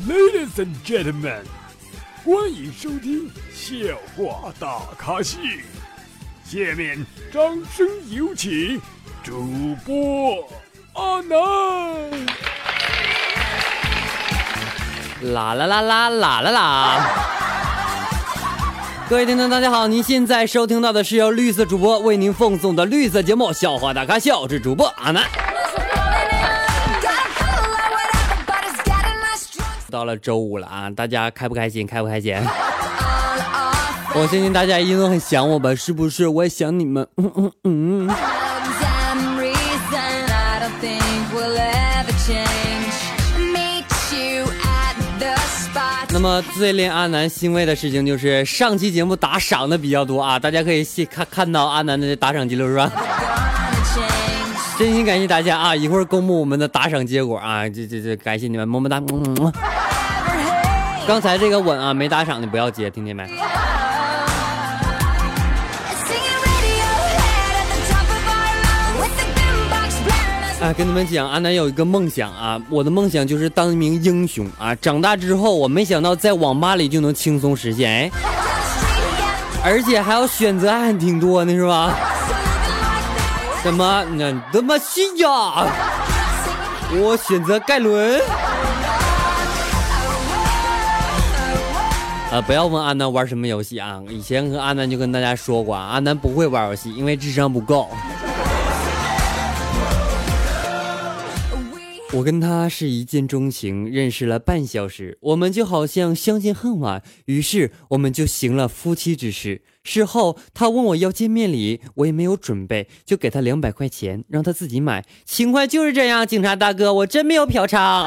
Ladies and gentlemen， 欢迎收听笑话大咖秀。下面掌声有请主播阿南。 啦啦啦啦啦啦啦！各位听众大家好，您现在收听到的是由绿色主播为您奉送的绿色节目《笑话大咖笑》，是主播阿南。到了周五了啊，大家开不开心？开不开心？我相信大家一定都很想我吧，是不是？我也想你们。那么最令阿南欣慰的事情就是上期节目打赏的比较多啊，大家可以看到阿南的打赏记录是吧？真心感谢大家啊！一会儿公布我们的打赏结果啊，这感谢你们，么么哒。刚才这个吻啊没打赏的不要接，听见没？哎，跟你们讲，阿南有一个梦想啊，我的梦想就是当一名英雄啊。长大之后，我没想到在网吧里就能轻松实现，哎，而且还有选择还挺多呢，是吧？怎么？那他妈信呀！我选择盖伦。不要问阿南玩什么游戏啊！以前和阿南就跟大家说过，阿南不会玩游戏，因为智商不够。我跟他是一见钟情，认识了半小时，我们就好像相见恨晚，于是我们就行了夫妻之事。事后他问我要见面礼，我也没有准备，就给他200块钱，让他自己买。情怀就是这样，警察大哥，我真没有嫖娼。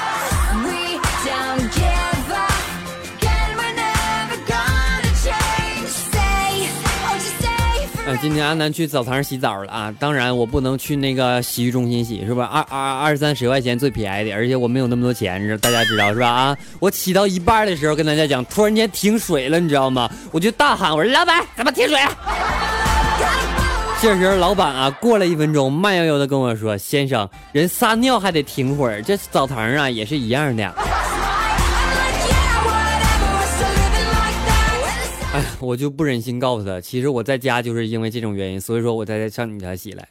今天阿南去澡堂洗澡了啊！当然我不能去那个洗浴中心洗，是吧？20-30块钱最便宜的，而且我没有那么多钱，大家知道是吧？啊！我洗到一半的时候跟大家讲，突然间停水了，你知道吗？我就大喊，我说老板，怎么停水了？这时候老板啊，过了1分钟，慢悠悠的跟我说，先生，人撒尿还得停会儿，这澡堂啊也是一样的。哎，我就不忍心告诉他，其实我在家就是因为这种原因，所以说我才上你家洗来。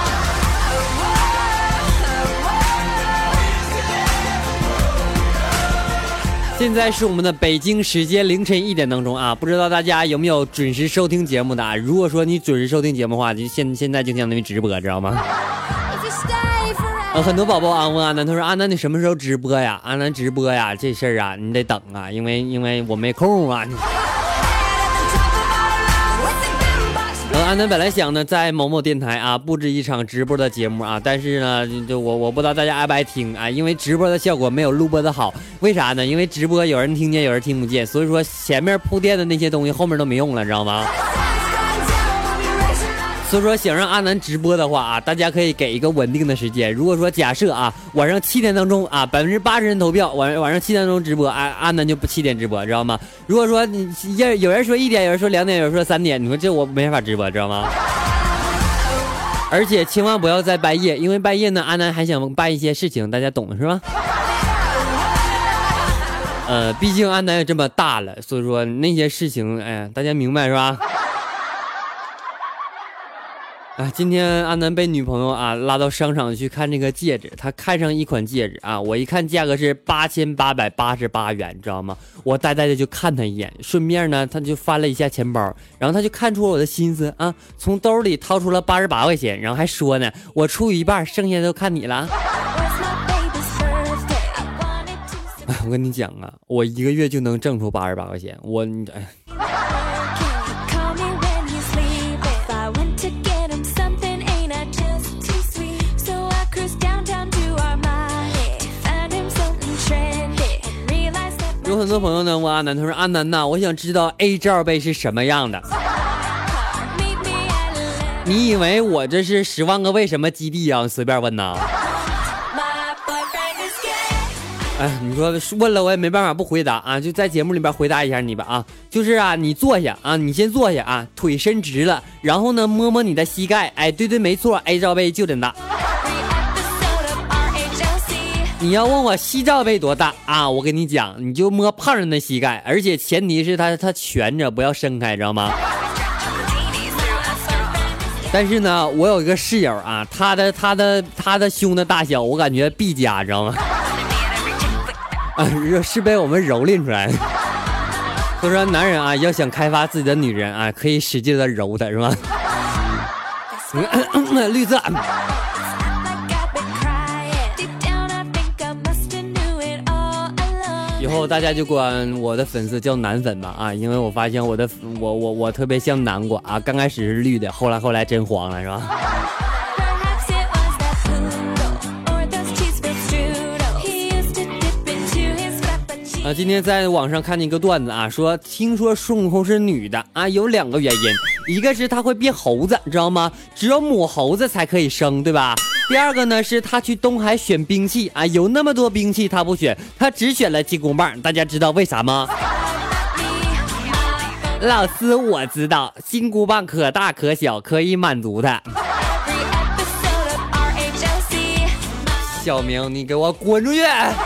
现在是我们的北京时间凌晨1点当中啊，不知道大家有没有准时收听节目的啊？如果说你准时收听节目的话，就现在就相当于直播，知道吗？很多宝宝啊问阿南，他说阿南你什么时候直播呀？阿南直播呀，这事儿啊你得等啊，因为我没空啊。阿南本来想呢在某某电台啊布置一场直播的节目啊，但是呢就我不知道大家爱不爱听啊，因为直播的效果没有录播的好。为啥呢？因为直播有人听见有人听不见，所以说前面铺垫的那些东西后面都没用了，知道吗？所以说想让阿南直播的话啊，大家可以给一个稳定的时间。如果说假设啊晚上7点当中啊80%人投票，晚上7点钟直播，阿南就不7点直播，知道吗？如果说你有人说1点，有人说2点，有人说3点，你说这我没法直播，知道吗？而且千万不要在半夜，因为半夜呢阿南还想办一些事情，大家懂的是吧？毕竟阿南也这么大了，所以说那些事情，哎呀，大家明白是吧？啊，今天阿南被女朋友啊拉到商场去看这个戒指，他看上一款戒指啊，我一看价格是8888元，知道吗？我呆呆的就看他一眼，顺便呢他就翻了一下钱包，然后他就看出了我的心思啊，从兜里掏出了88块钱，然后还说呢，我出一半，剩下都看你了。我跟你讲啊，我1个月就能挣出88块钱，有很多朋友呢问阿南，他说阿南呐，我想知道 A 罩杯是什么样的。你以为我这是10万个为什么基地啊？随便问呐。哎，你说问了我也没办法不回答啊，就在节目里边回答一下你吧啊，就是啊，你坐下啊，你先坐下啊，腿伸直了，然后呢摸摸你的膝盖，哎，对对没错 ，A 罩杯就这么大。 你要问我膝罩杯多大啊？我跟你讲，你就摸胖人的膝盖，而且前提是他蜷着，不要伸开，知道吗？但是呢，我有一个室友啊，他的胸的大小，我感觉 B 加，知道吗？啊，是被我们蹂躏出来的。所以说，男人啊，要想开发自己的女人啊，可以使劲的揉她，是吧？绿色。以后大家就管我的粉丝叫男粉吧啊，因为我发现我特别像南瓜啊，刚开始是绿的，后来真黄了，是吧？今天在网上看见一个段子啊，说听说孙悟空是女的啊，有2个原因，一个是她会变猴子，知道吗？只有母猴子才可以生，对吧？第二个呢是她去东海选兵器啊，有那么多兵器她不选，她只选了金箍棒，大家知道为啥吗？老师我知道，金箍棒可大可小，可以满足她。小明，你给我滚出去！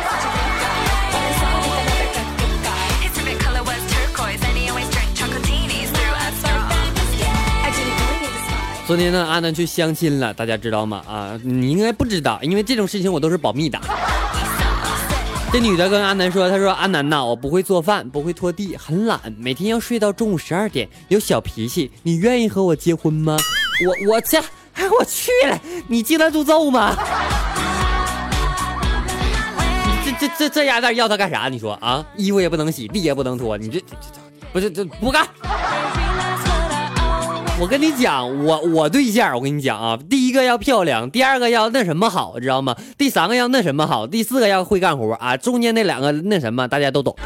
昨天呢，阿南去相亲了，大家知道吗？啊，你应该不知道，因为这种事情我都是保密的。这女的跟阿南说，她说阿南呐，我不会做饭，不会拖地，很懒，每天要睡到中午12点，有小脾气，你愿意和我结婚吗？我去了，你经得住揍吗？这鸭蛋要他干啥？你说啊，衣服也不能洗，地也不能拖，你这不干。我跟你讲，我对象，我跟你讲啊，第一个要漂亮，第二个要那什么好，知道吗？第3个要那什么好，第4个要会干活啊，中间那2个那什么大家都懂。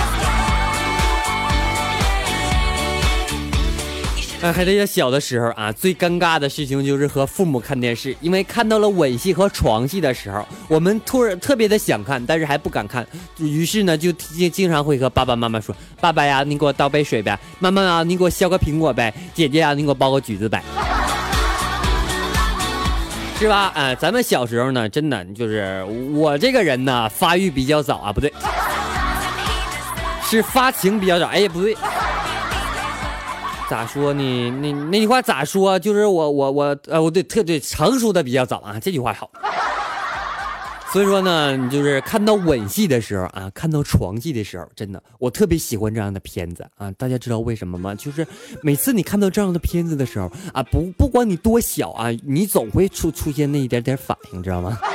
还记得小的时候啊，最尴尬的事情就是和父母看电视，因为看到了吻戏和床戏的时候，我们特别的想看，但是还不敢看，于是呢就经常会和爸爸妈妈说，爸爸呀，你给我倒杯水呗，妈妈啊，你给我削个苹果呗，姐姐啊，你给我包个橘子呗，是吧？咱们小时候呢，真的就是我这个人呢，发育比较早啊，不对，是发情比较早，哎，不对。咋说呢？那句话咋说？就是我对成熟的比较早啊，这句话好。所以说呢，就是看到吻戏的时候啊，看到床戏的时候，真的我特别喜欢这样的片子啊。大家知道为什么吗？就是每次你看到这样的片子的时候啊，不管你多小啊，你总会出现那一点点反应，知道吗？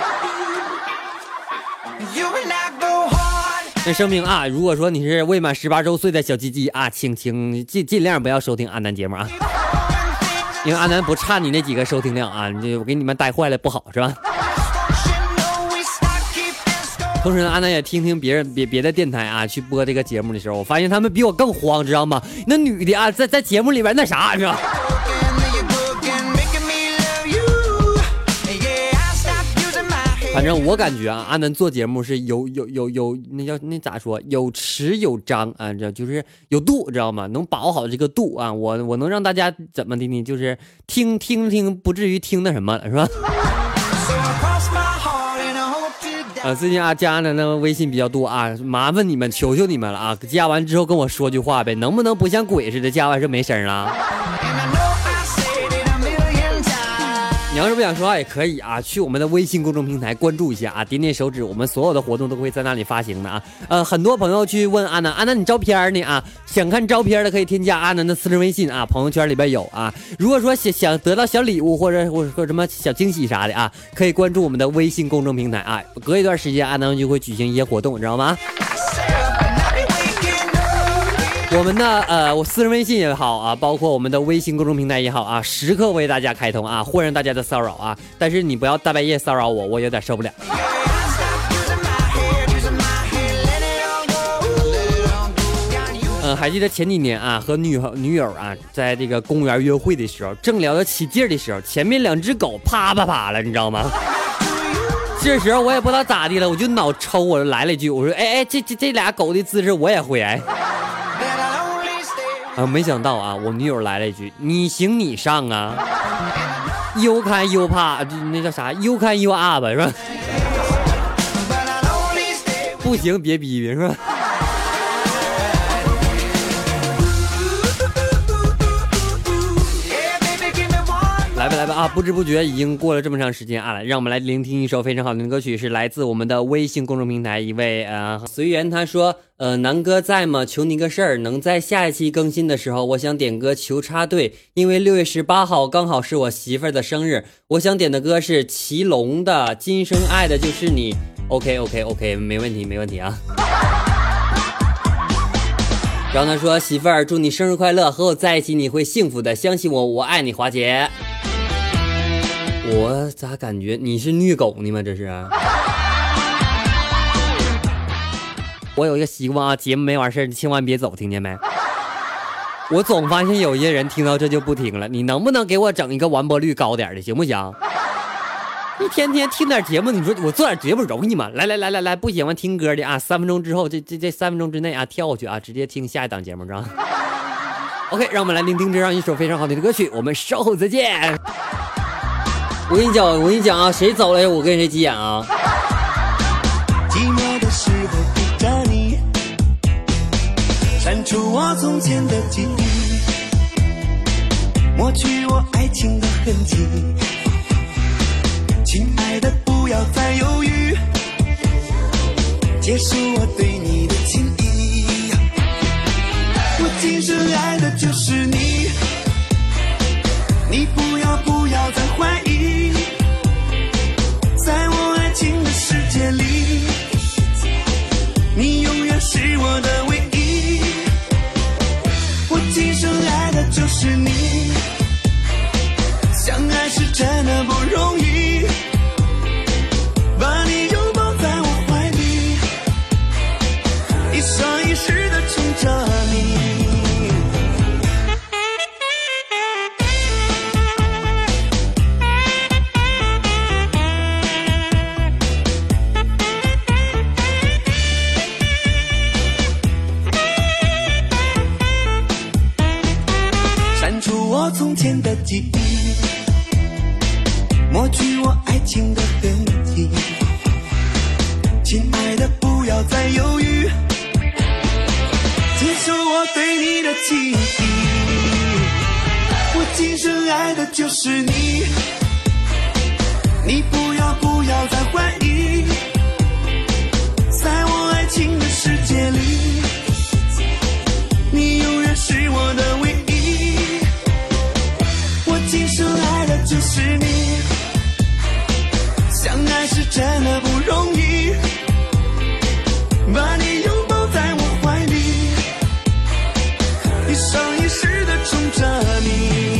那声明啊，如果说你是未满18周岁的小鸡鸡啊，请尽量不要收听阿南节目啊，因为阿南不差你那几个收听量啊，我给你们带坏了不好，是吧？同时呢，阿南也听别的电台啊去播这个节目的时候，我发现他们比我更慌，知道吗？那女的啊，在节目里边那啥，是吧？反正我感觉啊，阿南做节目是有那咋说，有尺有章啊，这就是有度，知道吗？能把握好这个度啊，我能让大家怎么的呢？就是听，不至于听那什么了，是吧？最近啊，加阿南的微信比较多啊，麻烦你们，求求你们了啊！加完之后跟我说句话呗，能不能不像鬼似的，加完就没声了？你要是不想说话也可以啊，去我们的微信公众平台关注一下啊，点点手指，我们所有的活动都会在那里发行的啊。很多朋友去问阿南你照片呢啊，想看照片的可以添加阿南的私人微信啊，朋友圈里边有啊。如果说想得到小礼物或者什么小惊喜啥的啊，可以关注我们的微信公众平台啊。隔一段时间阿南就会举行一些活动，你知道吗？我们的我私人微信也好啊，包括我们的微信公众平台也好啊，时刻为大家开通啊，欢迎大家的骚扰啊，但是你不要大半夜骚扰我有点受不了。还记得前几年啊，和女友啊，在这个公园约会的时候，正聊得起劲的时候，前面2只狗啪啪啪了，你知道吗？这时候我也不知道咋的了，我就脑抽，我就来了一句，我说这俩狗的姿势我也会哎。没想到啊，我女友来了一句：“你行你上啊 ，You can you 怕，那叫啥 ？You can you up 是吧？” 不行别逼逼是吧？来吧啊！不知不觉已经过了这么长时间啊，让我们来聆听一首非常好听的歌曲，是来自我们的微信公众平台一位随缘，他说南哥在吗？求你个事儿，能在下一期更新的时候，我想点歌求插队，因为6月18号刚好是我媳妇儿的生日，我想点的歌是祁隆的《今生爱的就是你》。OK， 没问题啊。然后他说媳妇儿祝你生日快乐，和我在一起你会幸福的，相信我，我爱你华姐。我咋感觉你是虐狗呢吗？这是。我有一个习惯啊，节目没完事千万别走，听见没？我总发现有些人听到这就不听了，你能不能给我整一个完播率高点的，行不行？一天天听点节目，你说我做点节目容易吗？来，不喜欢听歌的啊，3分钟之后这3分钟之内啊跳过去啊，直接听下一档节目，知道吗？ OK， 让我们来聆听这样一首非常好听的歌曲，我们稍后再见。我跟你讲啊，谁走了我跟谁急眼啊。 寂寞的时候陪着你，删除我从前的记忆，抹去我爱情的痕迹，亲爱的不要再犹豫，结束我对你的情谊，我今生爱的就是你，你不要再怀疑，在我爱情的世界里，你永远是我的唯一，我今生爱的就是你，相爱是真的不容易，把你拥抱在我怀里，一生一世的宠着你。从前的记忆，抹去我爱情的痕迹，亲爱的不要再犹豫，接受我对你的情谊，我今生爱的就是你，你不要再怀疑，在我爱情的世界里，你永远是我的唯一，今生爱的就是你，相爱是真的不容易，把你拥抱在我怀里，一生一世的宠着你。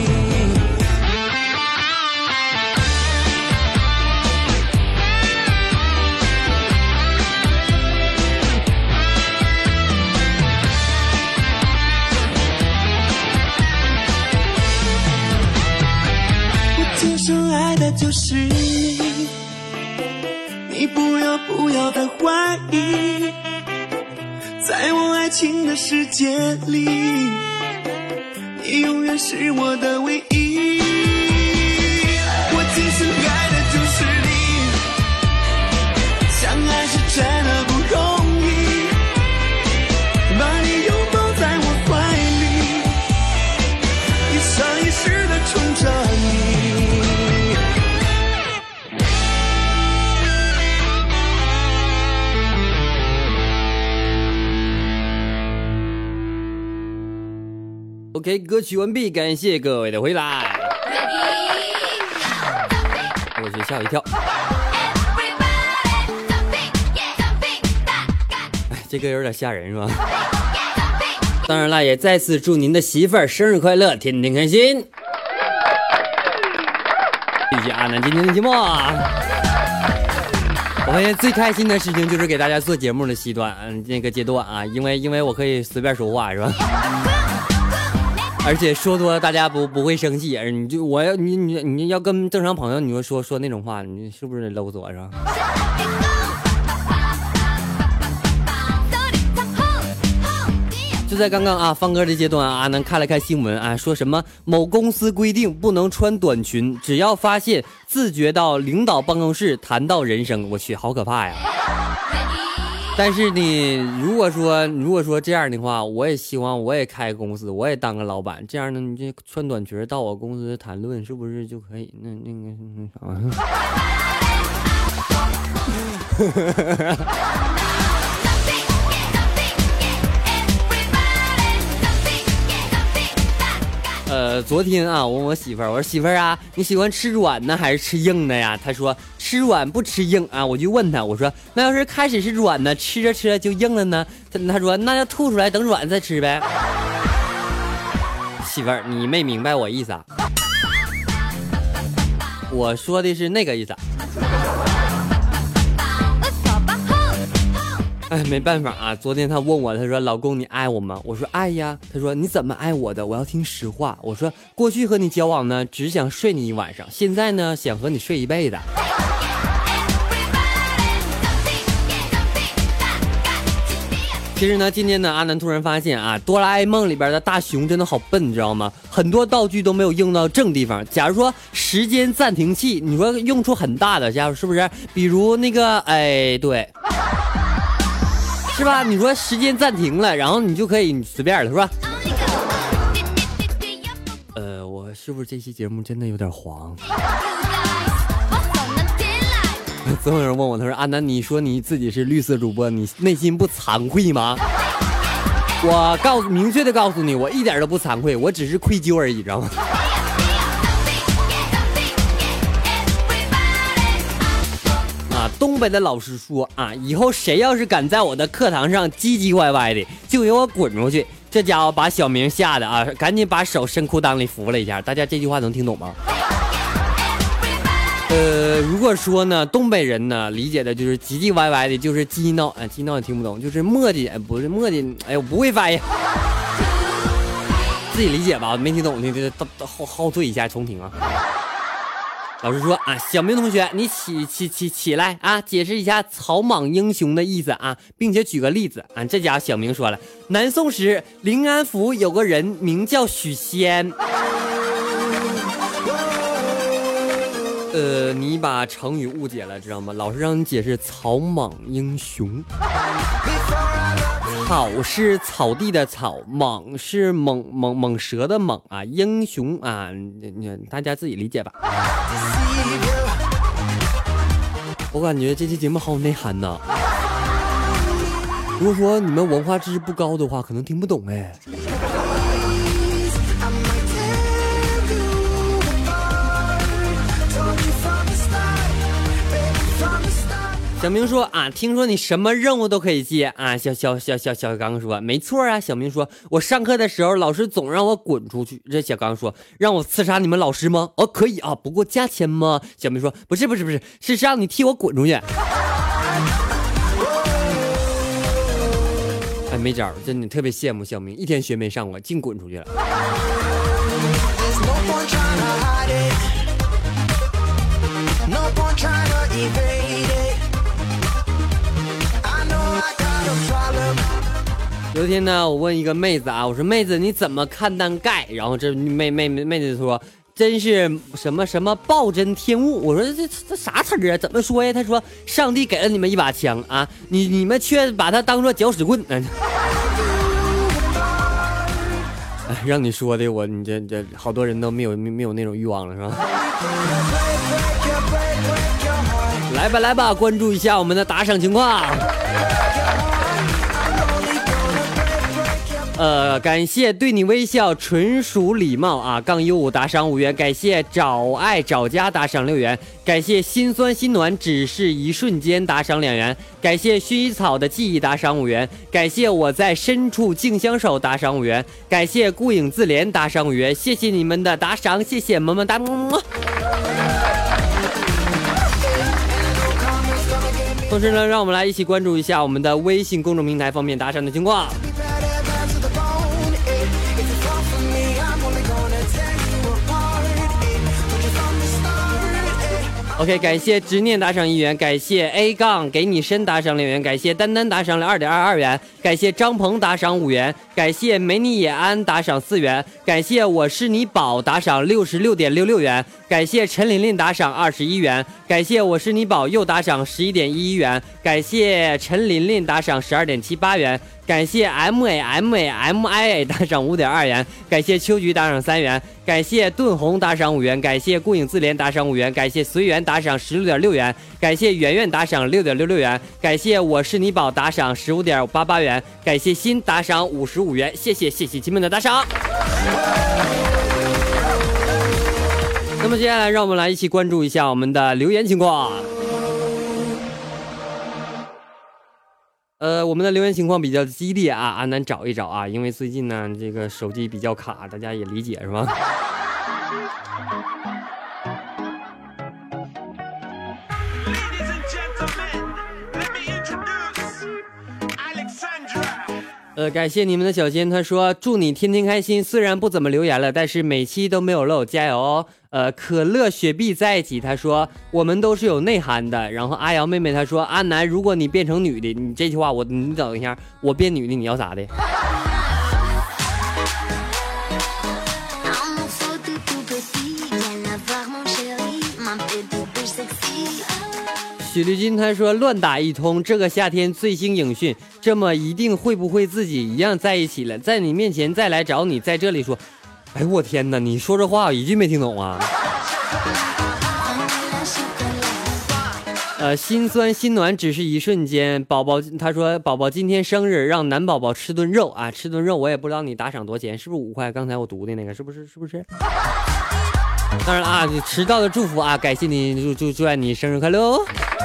今生爱的就是你，你不要再怀疑，在我爱情的世界里，你永远是我的唯一，我今生爱的就是你，相爱是真的不容易，把你拥抱在我怀里，一生一世的宠着你。 OK， 歌曲完毕，感谢各位的回来。我去，吓我一跳。哎，这歌有点吓人是吧？当然了，也再次祝您的媳妇儿生日快乐，天天开心。谢谢阿南今天的节目。我发现最开心的事情就是给大家做节目的阶段啊，因为我可以随便说话是吧？而且说多了大家不会生气，你要跟正常朋友你说那种话，你是不是搂索是吧？就在刚刚啊，放歌的阶段啊，阿南看了看新闻啊，说什么某公司规定不能穿短裙，只要发现自觉到领导办公室谈到人生，我去，好可怕呀！ 但是呢，如果说这样的话，我也希望我也开公司，我也当个老板，这样呢，你这穿短裙到我公司谈论，是不是就可以？那啥。昨天啊，我问我媳妇儿，我说媳妇儿啊，你喜欢吃软呢还是吃硬的呀？她说吃软不吃硬啊。我就问她，我说那要是开始是软呢，吃着吃着就硬了呢？她说那要吐出来等软再吃呗。媳妇儿，你没明白我意思啊？我说的是那个意思。哎，没办法啊！昨天他问我，他说：“老公，你爱我吗？”我说：“爱呀。”他说：“你怎么爱我的？我要听实话。”我说：“过去和你交往呢，只想睡你一晚上；现在呢，想和你睡一辈子。”其实呢，今天呢，阿南突然发现啊，哆啦 A 梦里边的大雄真的好笨，你知道吗？很多道具都没有用到正地方。假如说时间暂停器，你说用处很大的家伙是不是？比如那个，哎，对。是吧？你说时间暂停了，然后你就可以随便了，是吧？我是不是这期节目真的有点黄？总有人问我，他说阿南，你说你自己是绿色主播，你内心不惭愧吗？我明确的告诉你，我一点都不惭愧，我只是愧疚而已，知道吗？东北的老师说啊，以后谁要是敢在我的课堂上唧唧歪歪的，就给我滚出去。这家伙把小明吓得啊，赶紧把手伸裤裆里扶了一下。大家这句话能听懂吗？如果说呢，东北人呢理解的就是唧唧歪歪的，就是激闹，激闹也听不懂，就是磨叽，不是磨叽，哎，我不会翻译，自己理解吧，没听懂的就后退一下重听啊。老师说啊，小明同学，你起来啊，解释一下草莽英雄的意思啊，并且举个例子啊。这家小明说了，南宋时临安府有个人名叫许仙。你把成语误解了，知道吗？老师让你解释草莽英雄。草是草地的草，蟒是蟒蛇的蟒啊，英雄啊，大家自己理解吧。我感觉这期节目好有内涵呐。如果说你们文化知识不高的话，可能听不懂哎。小明说啊，听说你什么任务都可以接啊。小刚说没错啊。小明说，我上课的时候老师总让我滚出去。这小刚说，让我刺杀你们老师吗？哦，可以啊，不过加钱吗？小明说，不是，是让你替我滚出去。哎，没招，真的特别羡慕小明，一天学没上过，净滚出去了。有一天呢，我问一个妹子啊，我说妹子你怎么看待钙？然后这妹子说，真是什么暴殄天物。我说这啥词儿啊？怎么说呀？她说上帝给了你们一把枪啊，你们却把它当作搅屎棍。让你说的你这好多人都没有那种欲望了，是吧？来吧，关注一下我们的打赏情况。感谢对你微笑纯属礼貌啊，杠U5打赏5元，感谢找爱找家打赏6元，感谢心酸心暖只是一瞬间打赏2元，感谢薰衣草的记忆打赏5元，感谢我在深处静相守打赏5元，感谢孤影自怜打赏5元，谢谢你们的打赏，谢谢么么哒么么。同时呢，让我们来一起关注一下我们的微信公众平台方面打赏的情况。 OK， 感谢执念打赏1元，感谢 A 杠给你身打赏2元，感谢丹丹打赏了2.22元，感谢张鹏打赏5元，感谢梅尼野安打赏4元，感谢我是你宝打赏66.66元，感谢陈琳琳打赏21元，感谢我是你宝又打赏11.11元，感谢陈琳琳打赏12.78元，感谢 MAMAMIA 打赏5.2元，感谢秋菊打赏3元，感谢盾红打赏5元，感谢顾影自怜打赏5元，感谢随缘打赏16.6元，感谢圆圆打赏6.66元，感谢我是你宝打赏15.88元，感谢新打赏55元，谢谢亲们的打赏。那么接下来让我们来一起关注一下我们的留言情况。我们的留言情况比较激烈啊，阿南找一找啊，因为最近呢这个手机比较卡，大家也理解是吧？感谢你们的小心，他说祝你天天开心，虽然不怎么留言了，但是每期都没有漏，加油哦。可乐雪碧在一起，他说我们都是有内涵的。然后阿瑶妹妹她说阿南，如果你变成女的，你这句话你等一下，我变女的你要咋的？许绿金他说乱打一通，这个夏天最新影讯，这么一定会不会自己一样在一起了，在你面前再来找你，在这里说，哎我天哪，你说这话我一句没听懂啊。心酸心暖只是一瞬间。宝宝他说宝宝今天生日，让男宝宝吃顿肉啊，吃顿肉我也不知道你打赏多少钱，是不是5块？刚才我读的那个是不是？当然啊，迟到的祝福啊，感谢你，祝愿你生日快乐哦。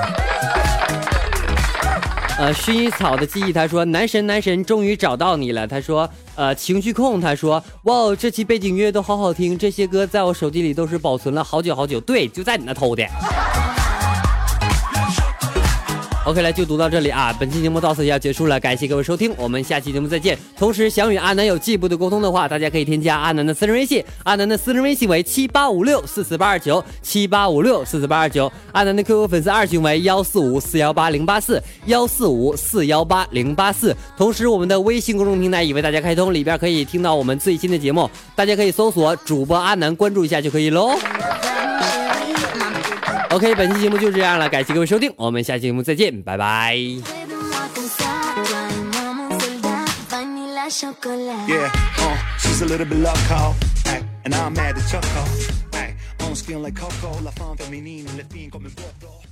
薰衣草的记忆他说男神终于找到你了。他说情绪控他说哇这期背景音乐都好好听，这些歌在我手机里都是保存了好久，对，就在你那偷的。OK， 来就读到这里啊！本期节目到此要结束了，感谢各位收听，我们下期节目再见。同时，想与阿南有进一步的沟通的话，大家可以添加阿南的私人微信，阿南的私人微信为7856448829，7856448829。阿南的 QQ 粉丝2群为145418084，145418084。同时，我们的微信公众平台已为大家开通，里边可以听到我们最新的节目，大家可以搜索主播阿南，关注一下就可以喽。OK， 本期节目就这样了，感谢各位收听，我们下期节目再见，拜拜。 Yeah, she's a little bit loco, and I'm mad at Choco. On skin like Coco, la femme féminine, le fin comme un poteau.